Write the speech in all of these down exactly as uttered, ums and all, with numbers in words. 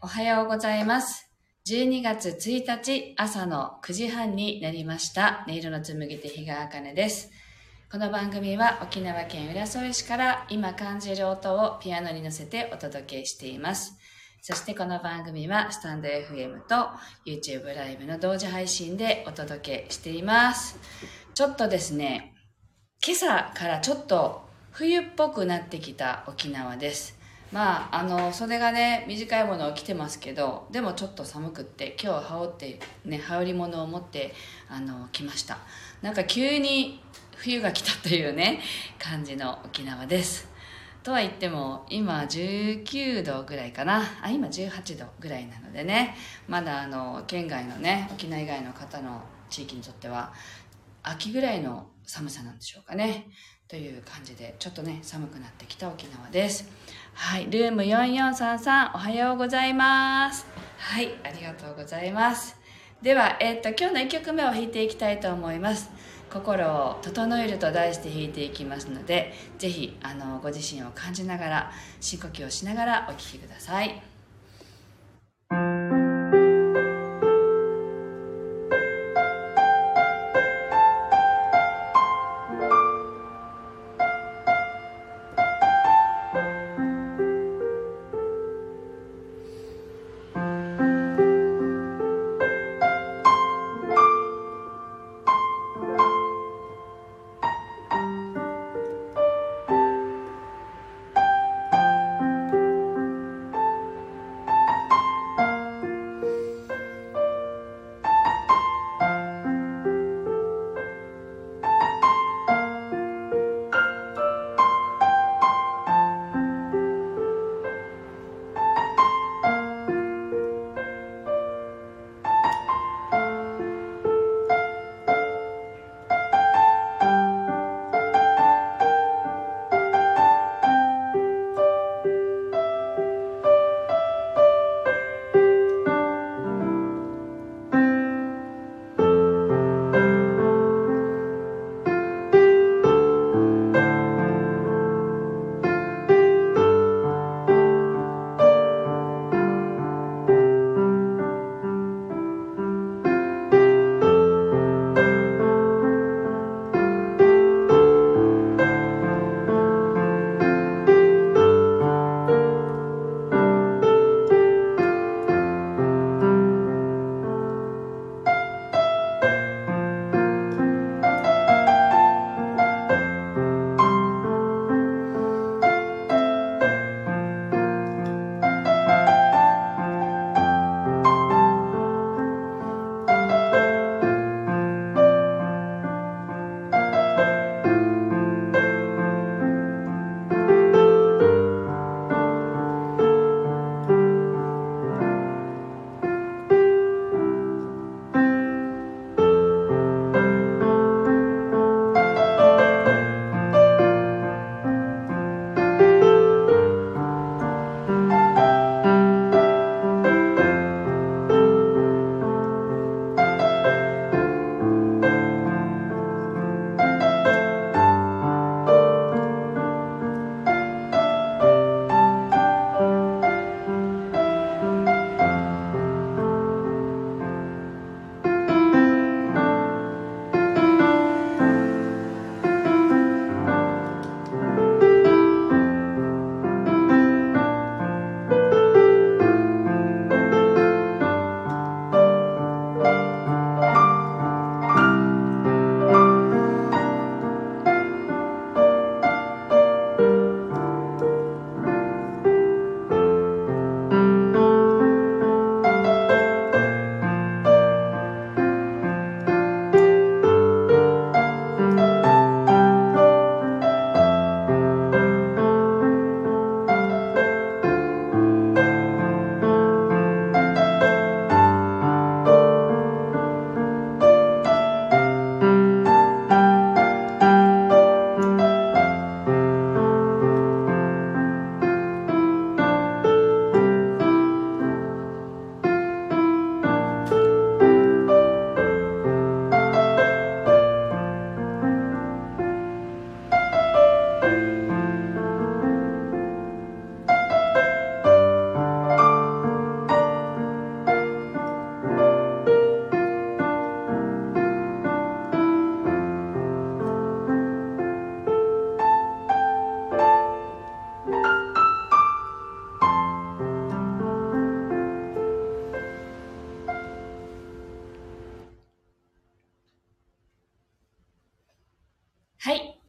おはようございます。じゅうにがつついたち朝のくじはんになりました。音色の紡ぎ手日川茜です。この番組は沖縄県浦添市から今感じる音をピアノに乗せてお届けしています。そしてこの番組はスタンド エフエム と YouTube ライブの同時配信でお届けしています。ちょっとですね、今朝からちょっと冬っぽくなってきた沖縄です。まあ、あの袖がね短いものを着てますけど、でもちょっと寒くって今日は羽織ってね羽織り物を持ってあの来ました。なんか急に冬が来たというね感じの沖縄です。とは言っても今じゅうきゅうどぐらいかなあ今じゅうはちどぐらいなのでね、まだあの県外のね沖縄以外の方の地域にとっては秋ぐらいの寒さなんでしょうかねという感じで、ちょっとね寒くなってきた沖縄です。はい、ルームよんよんさんさん、おはようございます。はい、ありがとうございます。では、えー、っと今日のいっきょくめを弾いていきたいと思います。心を整えると題して弾いていきますので、ぜひあのご自身を感じながら深呼吸をしながらお聴きください。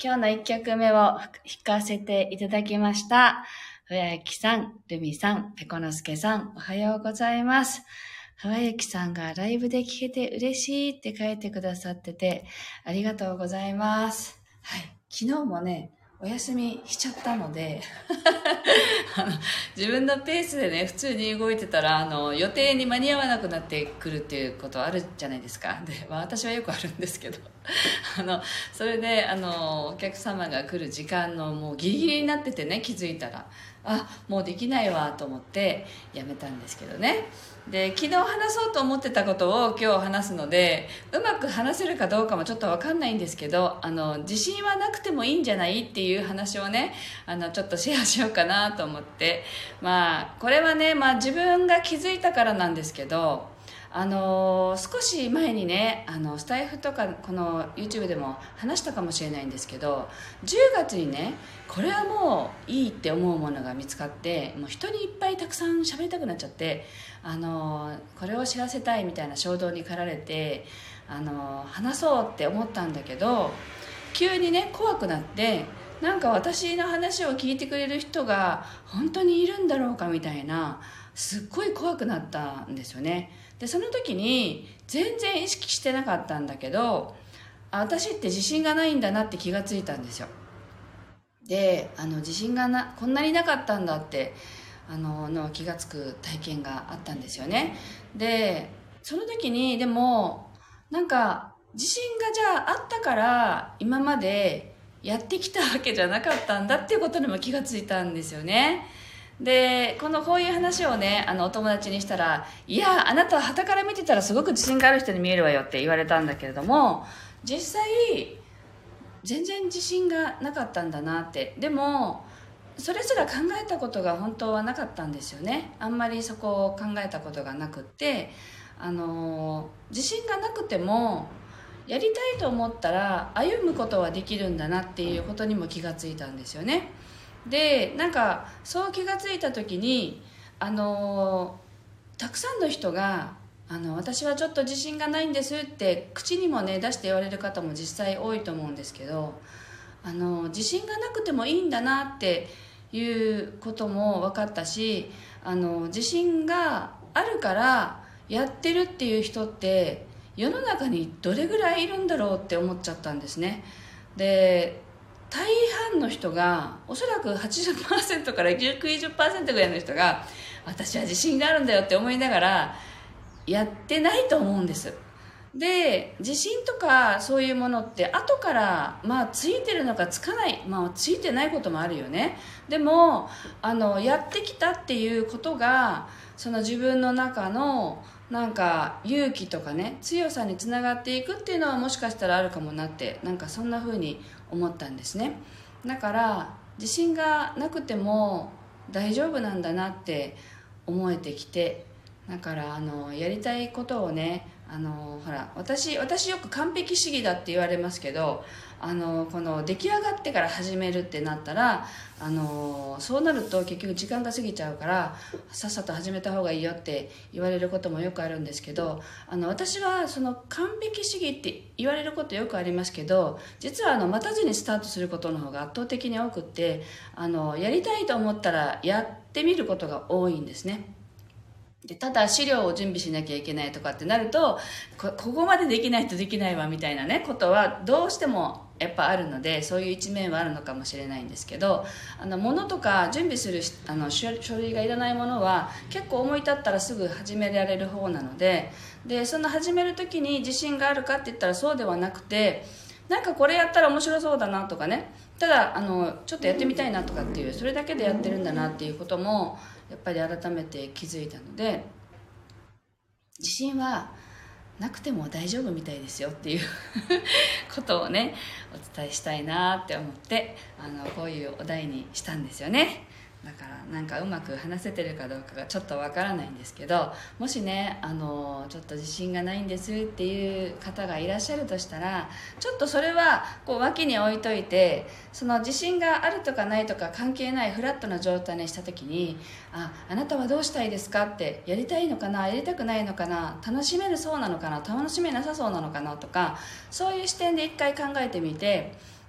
今日のいっきょくめを弾かせていただきました。ふわゆきさん、るみさん、ぺこのすけさん、おはようございます。ふわゆきさんがライブで聴けて嬉しいって書いてくださってて、ありがとうございます。はい。昨日もね、お休みしちゃったのであの自分のペースでね普通に動いてたらあの予定に間に合わなくなってくるっていうことあるじゃないですか。で、まあ、私はよくあるんですけどあのそれであのお客様が来る時間のもうギリギリになっててね、気づいたらあもうできないわと思ってやめたんですけどね。で、昨日話そうと思ってたことを今日話すのでうまく話せるかどうかもちょっと分かんないんですけど、あの自信はなくてもいいんじゃないっていう話をね、あのちょっとシェアしようかなと思って、まあこれはね、まあ、自分が気づいたからなんですけど、あの少し前にね、あのスタイフとかこの YouTube でも話したかもしれないんですけど、じゅうがつにねこれはもういいって思うものが見つかって、もう人にいっぱいたくさん喋りたくなっちゃって、あのこれを知らせたいみたいな衝動に駆られて、あの話そうって思ったんだけど、急にね怖くなって、なんか私の話を聞いてくれる人が本当にいるんだろうかみたいな、すっごい怖くなったんですよね。でその時に全然意識してなかったんだけど、あ私って自信がないんだなって気がついたんですよ。であの自信がなこんなになかったんだってあのの気がつく体験があったんですよね。でその時にでもなんか自信がじゃああったから今までやってきたわけじゃなかったんだっていうことにも気がついたんですよね。でこのこういう話をねあのお友達にしたら、いやあなたは傍から見てたらすごく自信がある人に見えるわよって言われたんだけれども、実際全然自信がなかったんだなって。でもそれすら考えたことが本当はなかったんですよね。あんまりそこを考えたことがなくって、あの自信がなくてもやりたいと思ったら歩むことはできるんだなっていうことにも気がついたんですよね。でなんかそう気がついた時にあのたくさんの人があの私はちょっと自信がないんですって口にもね出して言われる方も実際多いと思うんですけど、あの自信がなくてもいいんだなっていうことも分かったし、あの自信があるからやってるっていう人って世の中にどれぐらいいるんだろうって思っちゃったんですね。で大半の人がおそらく はちじゅっパーセント からきゅうじゅっパーセント ぐらいの人が私は自信があるんだよって思いながらやってないと思うんです。で自信とかそういうものって後からまあついてるのかつかない、まあついてないこともあるよね。でもあのやってきたっていうことがその自分の中のなんか勇気とかね強さにつながっていくっていうのはもしかしたらあるかもなって、なんかそんな風に思ったんですね。だから自信がなくても大丈夫なんだなって思えてきて、だからあのやりたいことをね、あのほら私私よく完璧主義だって言われますけど、あのこの出来上がってから始めるってなったらあのそうなると結局時間が過ぎちゃうからさっさと始めた方がいいよって言われることもよくあるんですけど、あの私はその完璧主義って言われることよくありますけど、実はあの待たずにスタートすることの方が圧倒的に多くって、あのやりたいと思ったらやってみることが多いんですね。でただ資料を準備しなきゃいけないとかってなると こ, ここまでできないとできないわみたいなねことはどうしてもやっぱあるので、そういう一面はあるのかもしれないんですけど、あの物とか準備するあの書類がいらないものは結構思い立ったらすぐ始められる方なので、でその始める時に自信があるかって言ったらそうではなくて、なんかこれやったら面白そうだなとかね、ただあのちょっとやってみたいなとかっていうそれだけでやってるんだなっていうこともやっぱり改めて気づいたので、自信はなくても大丈夫みたいですよっていうことをねお伝えしたいなって思って、あのこういうお題にしたんですよね。だからなんかうまく話せてるかどうかがちょっとわからないんですけど、もしねあのちょっと自信がないんですっていう方がいらっしゃるとしたら、ちょっとそれはこう脇に置いといて、その自信があるとかないとか関係ないフラットな状態にした時に、ああなたはどうしたいですかって、やりたいのかなやりたくないのかな、楽しめるそうなのかな楽しめなさそうなのかなとか、そういう視点で一回考えてみて、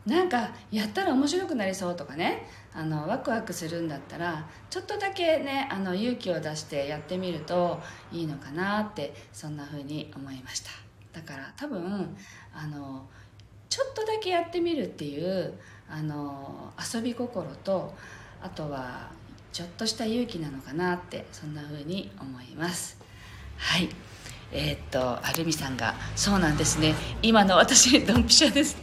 なんかやったら面白くなりそうとかね、あのワクワクするんだったらちょっとだけね、あの勇気を出してやってみるといいのかなって、そんな風に思いました。だから多分あのちょっとだけやってみるっていうあの遊び心と、あとはちょっとした勇気なのかなって、そんな風に思います。はい。えー、っとアルミさんがそうなんですね、今の私ドンピシャです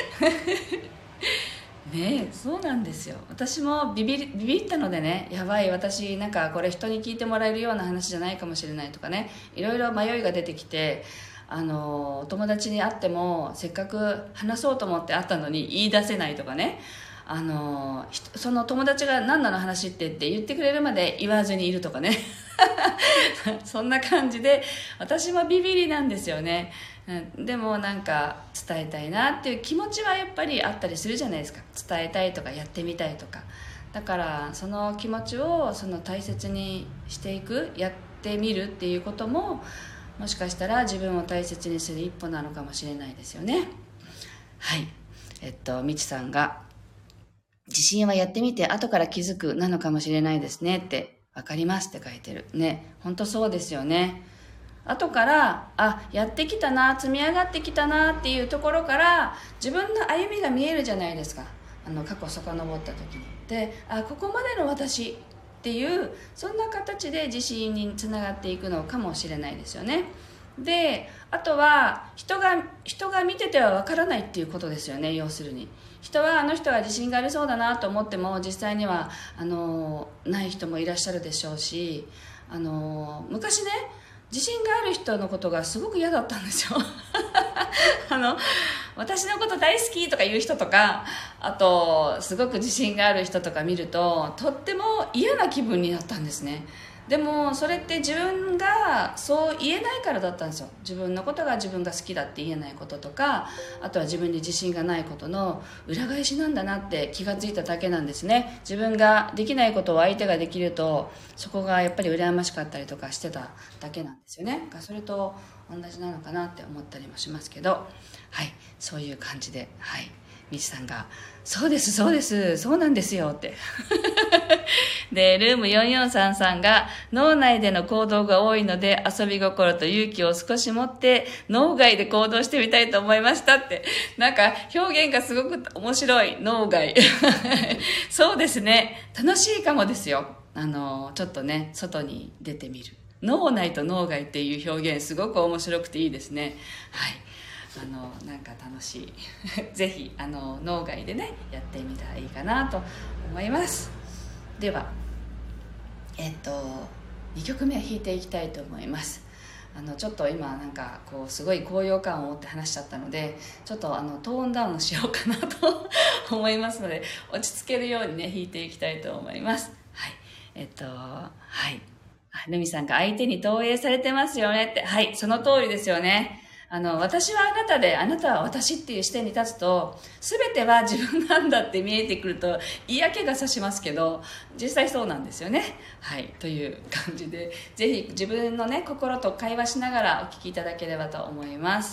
ねえ、そうなんですよ。私もビビりビビったのでね、やばい、私なんかこれ人に聞いてもらえるような話じゃないかもしれないとかね、いろいろ迷いが出てきて、あのお友達に会ってもせっかく話そうと思って会ったのに言い出せないとかね、あのその友達が何なの話ってって言ってくれるまで言わずにいるとかねそんな感じで私もビビりなんですよね。うん、でもなんか伝えたいなっていう気持ちはやっぱりあったりするじゃないですか。伝えたいとかやってみたいとか、だからその気持ちをその大切にしていく、やってみるっていうことももしかしたら自分を大切にする一歩なのかもしれないですよね。はい。えっとみちさんが自信はやってみて後から気づくなのかもしれないですねって、わかりますって書いてるね。本当そうですよね。後からあやってきたな、積み上がってきたなっていうところから自分の歩みが見えるじゃないですか。あの過去遡った時にで、あここまでの私っていう、そんな形で自信につながっていくのかもしれないですよね。であとは人が人が見ててはわからないっていうことですよね。要するに人はあの人は自信がありそうだなと思っても実際にはあのない人もいらっしゃるでしょうし、あの昔ね、自信がある人のことがすごく嫌だったんですよあの私のこと大好きとか言う人とか、あとすごく自信がある人とか見るととっても嫌な気分になったんですね。でもそれって自分がそう言えないからだったんですよ。自分のことが自分が好きだって言えないこととか、あとは自分に自信がないことの裏返しなんだなって気がついただけなんですね。自分ができないことを相手ができると、そこがやっぱり羨ましかったりとかしてただけなんですよね。それと同じなのかなって思ったりもしますけど、はい、そういう感じで、はい、みちさんがそうですそうですそうなんですよってでルームよんよんさんさんが脳内での行動が多いので遊び心と勇気を少し持って脳外で行動してみたいと思いましたって、なんか表現がすごく面白い。脳外そうですね、楽しいかもですよ。あのちょっとね外に出てみる、脳内と脳外っていう表現すごく面白くていいですね。はい、あのなんか楽しいぜひあの脳外でねやってみたらいいかなと思います。ではえっとにきょくめ弾いていきたいと思います。あのちょっと今なんかこうすごい高揚感を持って話しちゃったので、ちょっとあのトーンダウンしようかなと思いますので、落ち着けるようにね弾いていきたいと思います。はい、えっとはいルミさんが相手に投影されてますよねって、はい、その通りですよね。あの私はあなたであなたは私っていう視点に立つと、全ては自分なんだって見えてくると嫌気がさしますけど、実際そうなんですよね。はい、という感じで、ぜひ自分のね心と会話しながらお聞きいただければと思います。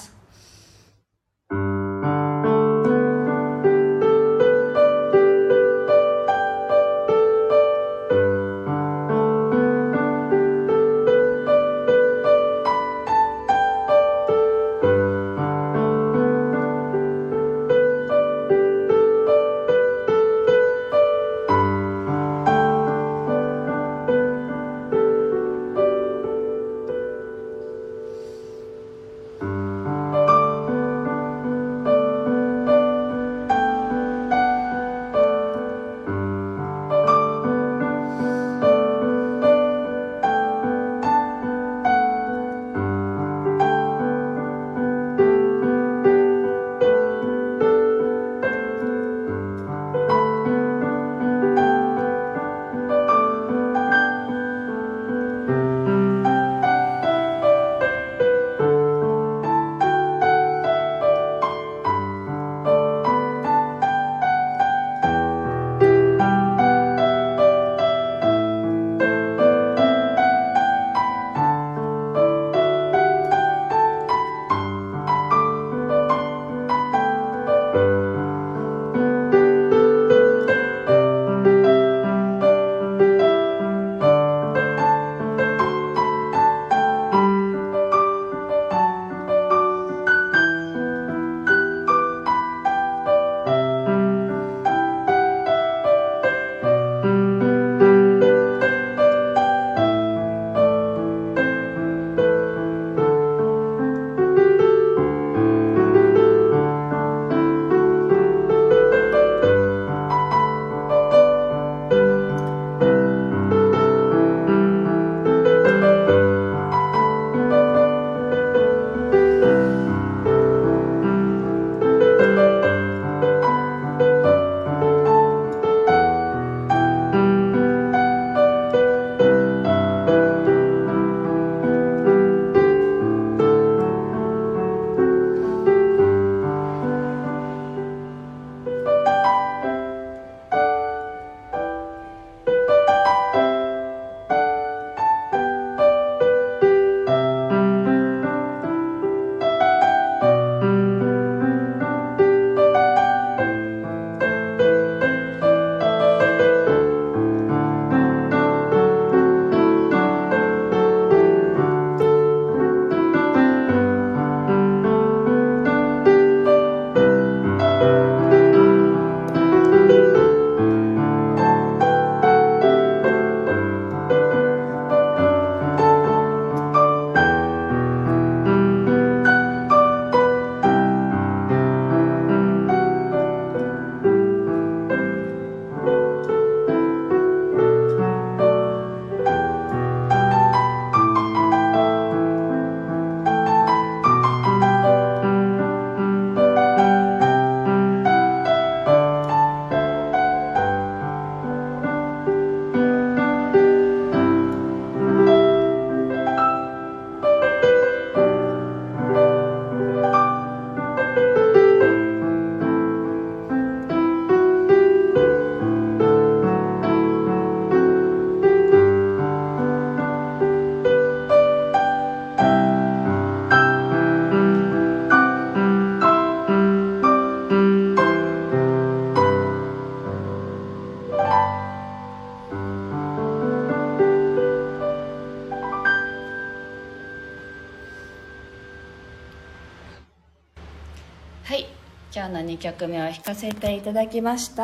今日のにきょくめを弾かせていただきました。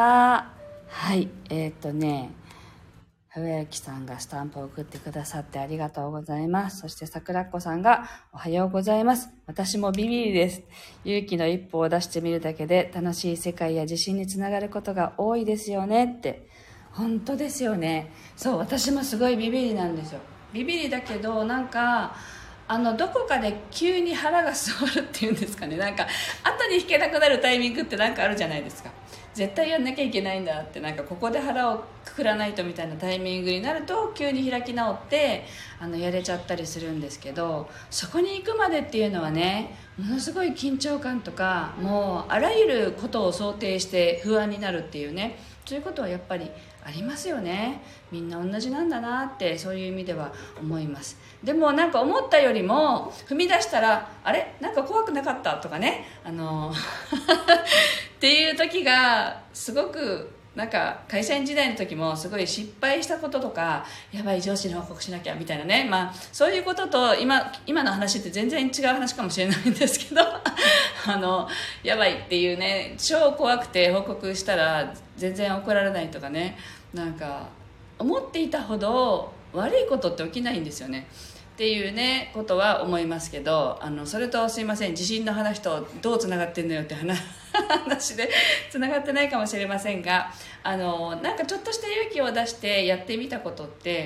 はい、えー、っとねふえゆきさんがスタンプを送ってくださってありがとうございます。そしてさくらっこさんがおはようございます。私もビビリです。勇気の一歩を出してみるだけで楽しい世界や自信につながることが多いですよねって。本当ですよね。そう、私もすごいビビリなんですよ。ビビリだけどなんかあのどこかで急に腹が据わるっていうんですかね。なんか後に引けなくなるタイミングってなんかあるじゃないですか。絶対やんなきゃいけないんだって、なんかここで腹をくくらないとみたいなタイミングになると急に開き直ってあのやれちゃったりするんですけど、そこに行くまでっていうのはね、ものすごい緊張感とか、もうあらゆることを想定して不安になるっていうね、そういうことはやっぱりありますよね。みんな同じなんだなって、そういう意味では思います。でもなんか思ったよりも踏み出したら、あれなんか怖くなかったとかね、あのっていう時がすごく、なんか会社員時代の時もすごい失敗したこととか、やばい上司に報告しなきゃみたいなね、まあそういうことと今今の話って全然違う話かもしれないんですけどあのやばいっていうね、超怖くて報告したら全然怒られないとかね、なんか思っていたほど悪いことって起きないんですよねっていうねことは思いますけど、あのそれとすいません、地震の話とどうつながってんのよって話話でつながってないかもしれませんが、あのなんかちょっとした勇気を出してやってみたことって、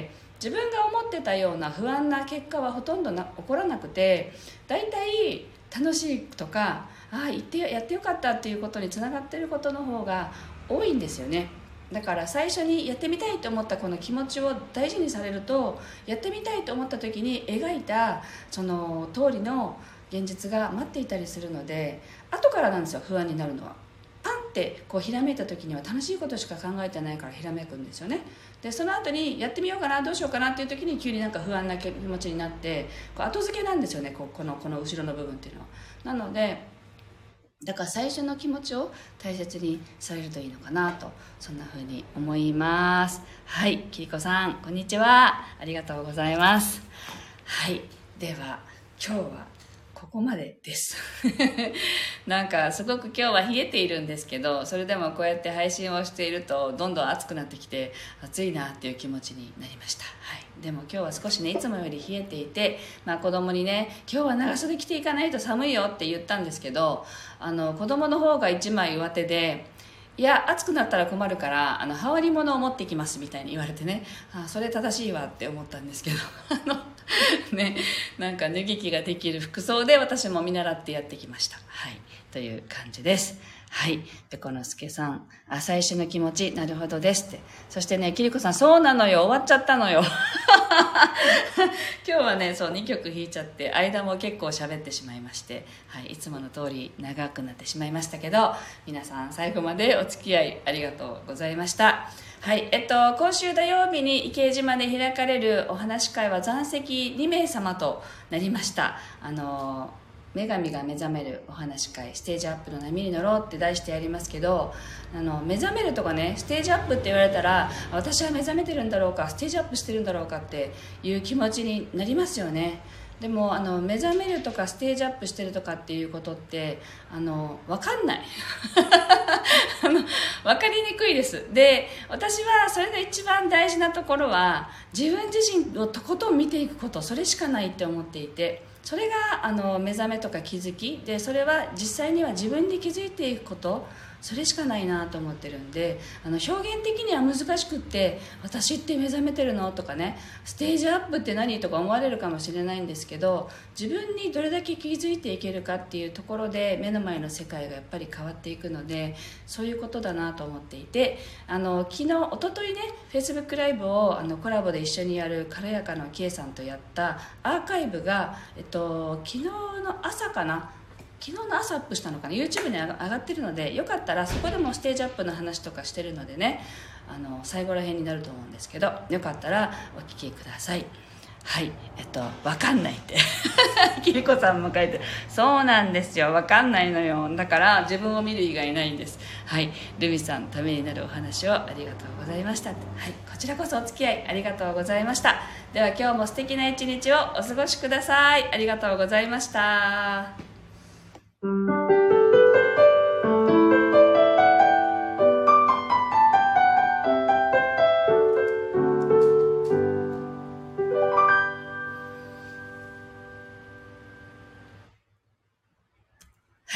自分が思ってたような不安な結果はほとんどな起こらなくて、だいたい楽しいとか、ああ言ってやってよかったっていうことにつながってることの方が多いんですよね。だから最初にやってみたいと思ったこの気持ちを大事にされると、やってみたいと思った時に描いたその通りの現実が待っていたりするので、後からなんですよ、不安になるのは。パンってこうひらめいた時には楽しいことしか考えてないからひらめくんですよね。でその後にやってみようかな、どうしようかなっていう時に急になんか不安な気持ちになって、こう後付けなんですよね、こうこのこの後ろの部分っていうのは。なのでだから最初の気持ちを大切にされるといいのかなと、そんな風に思います。はい、きりこさんこんにちは、ありがとうございます。はい、では今日はここまでですなんかすごく今日は冷えているんですけど、それでもこうやって配信をしているとどんどん暑くなってきて、暑いなっていう気持ちになりました。はい、でも今日は少しねいつもより冷えていて、まあ、子供にね今日は長袖着ていかないと寒いよって言ったんですけど、あの子供の方が一枚上手で、いや暑くなったら困るからあの羽織り物を持ってきますみたいに言われてね、あそれ正しいわって思ったんですけどあのね、なんか脱ぎ着ができる服装で私も見習ってやってきました。はい、という感じです。はい、ペコのすけさん、あ最初の気持ちなるほどですって。そしてね、きりこさん、そうなのよ、終わっちゃったのよ今日はねそうにきょく弾いちゃって、間も結構喋ってしまいまして、はい、いつもの通り長くなってしまいましたけど、皆さん最後までお付き合いありがとうございました。はい、えっと今週土曜日に池江島で開かれるお話会は残席にめいさまとなりました。あの女神が目覚めるお話会、ステージアップの波に乗ろうって題してやりますけど、あの目覚めるとかね、ステージアップって言われたら、私は目覚めてるんだろうか、ステージアップしてるんだろうかっていう気持ちになりますよね。でもあの目覚めるとかステージアップしてるとかっていうことってあの分かんないあの分かりにくいです。で私はそれが一番大事なところは、自分自身をとことん見ていくこと、それしかないって思っていて、それがあの目覚めとか気づきで、それは実際には自分に気づいていくこと、それしかないなと思ってるんで、あの表現的には難しくって、私って目覚めてるのとかね、ステージアップって何とか思われるかもしれないんですけど、自分にどれだけ気づいていけるかっていうところで目の前の世界がやっぱり変わっていくので、そういうことだなと思っていて、あの昨日一昨日ね Facebook ライブをあのコラボで一緒にやる軽やかの K さんとやったアーカイブが、えっと、昨日の朝かな昨日の朝アップしたのかな、 YouTube に上がってるので、よかったらそこでもステージアップの話とかしてるのでね、あの最後ら辺になると思うんですけど、よかったらお聞きください。はい、えっと分かんないってきりこさんも書いて、そうなんですよ、分かんないのよ、だから自分を見る以外ないんです。はい、ルミさん、ためになるお話をありがとうございました。はい、こちらこそお付き合いありがとうございました。では今日も素敵な一日をお過ごしください。ありがとうございました。